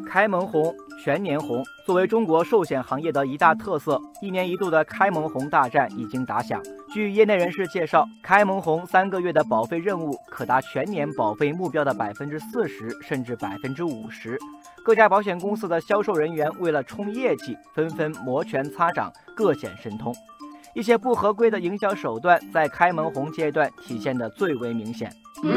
开门红、全年红作为中国寿险行业的一大特色，一年一度的开门红大战已经打响。据业内人士介绍，开门红3个月的保费任务可达全年保费目标的40%甚至50%。各家保险公司的销售人员为了冲业绩，纷纷摩拳擦掌，各显神通。一些不合规的营销手段在开门红阶段体现得最为明显。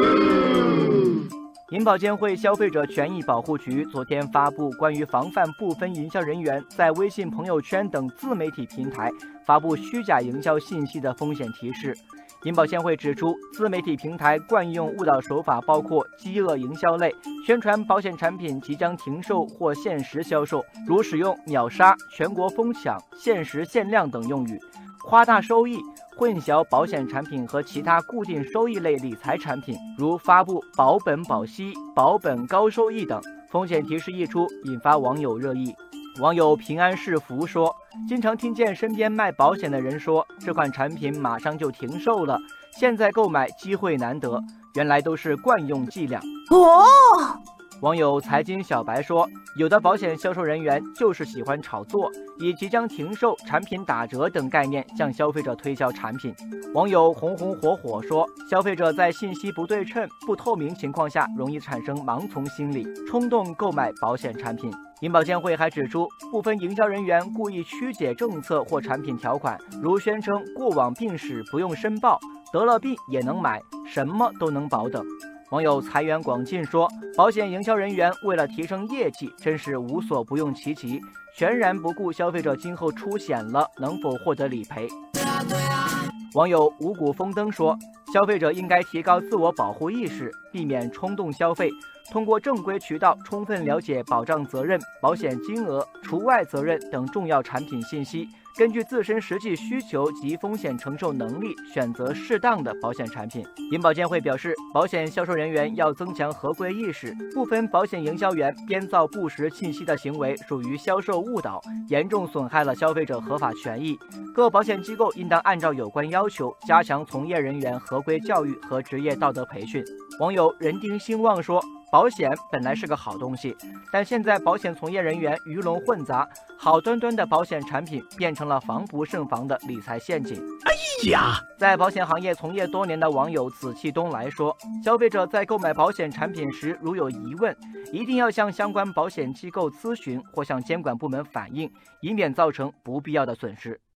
银保监会消费者权益保护局昨天发布关于防范部分营销人员在微信朋友圈等自媒体平台发布虚假营销信息的风险提示。银保监会指出，自媒体平台惯用误导手法包括饥饿营销类，宣传保险产品即将停售或限时销售，如使用秒杀、全国疯抢、限时限量等用语，夸大收益，混淆保险产品和其他固定收益类理财产品，如发布保本保息、保本高收益等。风险提示一出，引发网友热议。网友平安是福说，经常听见身边卖保险的人说，这款产品马上就停售了，现在购买机会难得，原来都是惯用伎俩。网友财经小白说，有的保险销售人员就是喜欢炒作，以即将停售、产品打折等概念向消费者推销产品。网友红红火火说，消费者在信息不对称、不透明情况下，容易产生盲从心理，冲动购买保险产品。银保监会还指出，部分营销人员故意曲解政策或产品条款，如宣称过往病史不用申报、得了病也能买、什么都能保等。网友财源广进说，保险营销人员为了提升业绩，真是无所不用其极，全然不顾消费者今后出险了能否获得理赔。网友五谷丰登说，消费者应该提高自我保护意识，避免冲动消费，通过正规渠道充分了解保障责任、保险金额、除外责任等重要产品信息，根据自身实际需求及风险承受能力，选择适当的保险产品。银保监会表示，保险销售人员要增强合规意识，部分保险营销员编造不实信息的行为属于销售误导，严重损害了消费者合法权益。各保险机构应当按照有关要求，加强从业人员合规教育和职业道德培训。网友人丁兴旺说，保险本来是个好东西，但现在保险从业人员鱼龙混杂，好端端的保险产品变成了防不胜防的理财陷阱。在保险行业从业多年的网友紫气东来说，消费者在购买保险产品时如有疑问，一定要向相关保险机构咨询或向监管部门反映，以免造成不必要的损失。